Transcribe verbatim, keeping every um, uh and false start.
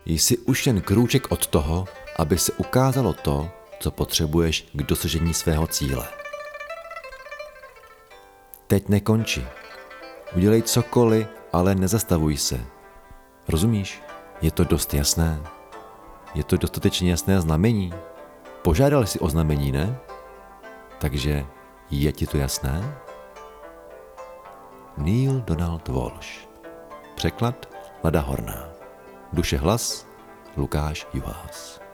Jsi už jen krůček od toho, aby se ukázalo to, co potřebuješ k dosažení svého cíle. Teď nekonči. Udělej cokoliv, ale nezastavuj se. Rozumíš? Je to dost jasné? Je to dostatečně jasné znamení? Požádal jsi o znamení, ne? Takže je ti to jasné? Neil Donald Walsch. Překlad Lada Horná. Duše hlas Lukáš Juhás.